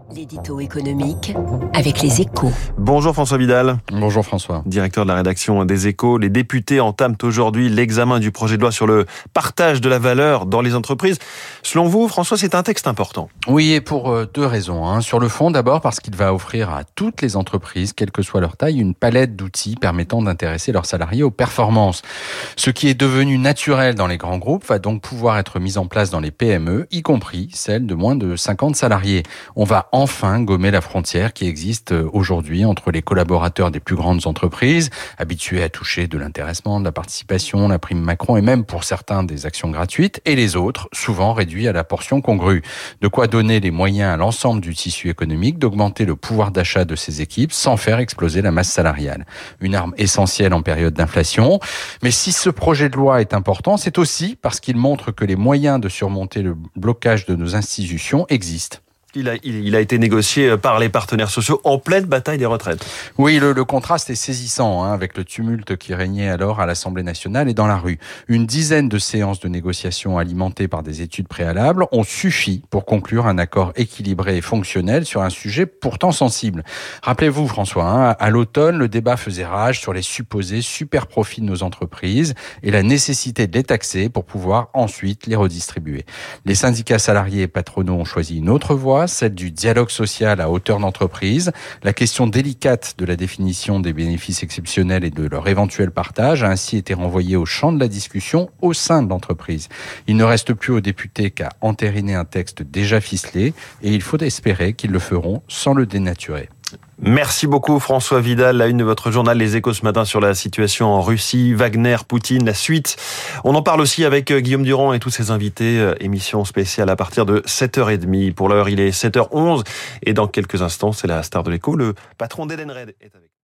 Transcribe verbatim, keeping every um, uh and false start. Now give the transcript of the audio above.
L'édito économique avec les Échos. Bonjour François Vidal. Bonjour François. Directeur de la rédaction des Échos. Les députés entament aujourd'hui l'examen du projet de loi sur le partage de la valeur dans les entreprises. Selon vous, François, c'est un texte important. Oui, et pour deux raisons. Hein. Sur le fond, d'abord parce qu'il va offrir à toutes les entreprises, quelle que soit leur taille, une palette d'outils permettant d'intéresser leurs salariés aux performances. Ce qui est devenu naturel dans les grands groupes va donc pouvoir être mis en place dans les P M E, y compris celles de moins de cinquante salariés. On va enfin gommer la frontière qui existe aujourd'hui entre les collaborateurs des plus grandes entreprises, habitués à toucher de l'intéressement, de la participation, la prime Macron et même pour certains des actions gratuites, et les autres, souvent réduits à la portion congrue. De quoi donner les moyens à l'ensemble du tissu économique d'augmenter le pouvoir d'achat de ces équipes sans faire exploser la masse salariale. Une arme essentielle en période d'inflation. Mais si ce projet de loi est important, c'est aussi parce qu'il montre que les moyens de surmonter le blocage de nos institutions existent. Il a, il, il a été négocié par les partenaires sociaux en pleine bataille des retraites. Oui, le, le contraste est saisissant hein, avec le tumulte qui régnait alors à l'Assemblée nationale et dans la rue. Une dizaine de séances de négociations alimentées par des études préalables ont suffi pour conclure un accord équilibré et fonctionnel sur un sujet pourtant sensible. Rappelez-vous François, hein, à l'automne, le débat faisait rage sur les supposés super profits de nos entreprises et la nécessité de les taxer pour pouvoir ensuite les redistribuer. Les syndicats salariés et patronaux ont choisi une autre voie, celle du dialogue social à hauteur d'entreprise. La question délicate de la définition des bénéfices exceptionnels et de leur éventuel partage a ainsi été renvoyée au champ de la discussion au sein de l'entreprise. Il ne reste plus aux députés qu'à entériner un texte déjà ficelé et il faut espérer qu'ils le feront sans le dénaturer. Merci beaucoup François Vidal. La une de votre journal Les Échos ce matin sur la situation en Russie, Wagner, Poutine, la suite. On en parle aussi avec Guillaume Durand et tous ses invités. Émission spéciale à partir de sept heures trente. Pour l'heure, il est sept heures onze et dans quelques instants, c'est la star de l'Écho, le patron d'Edenred est avec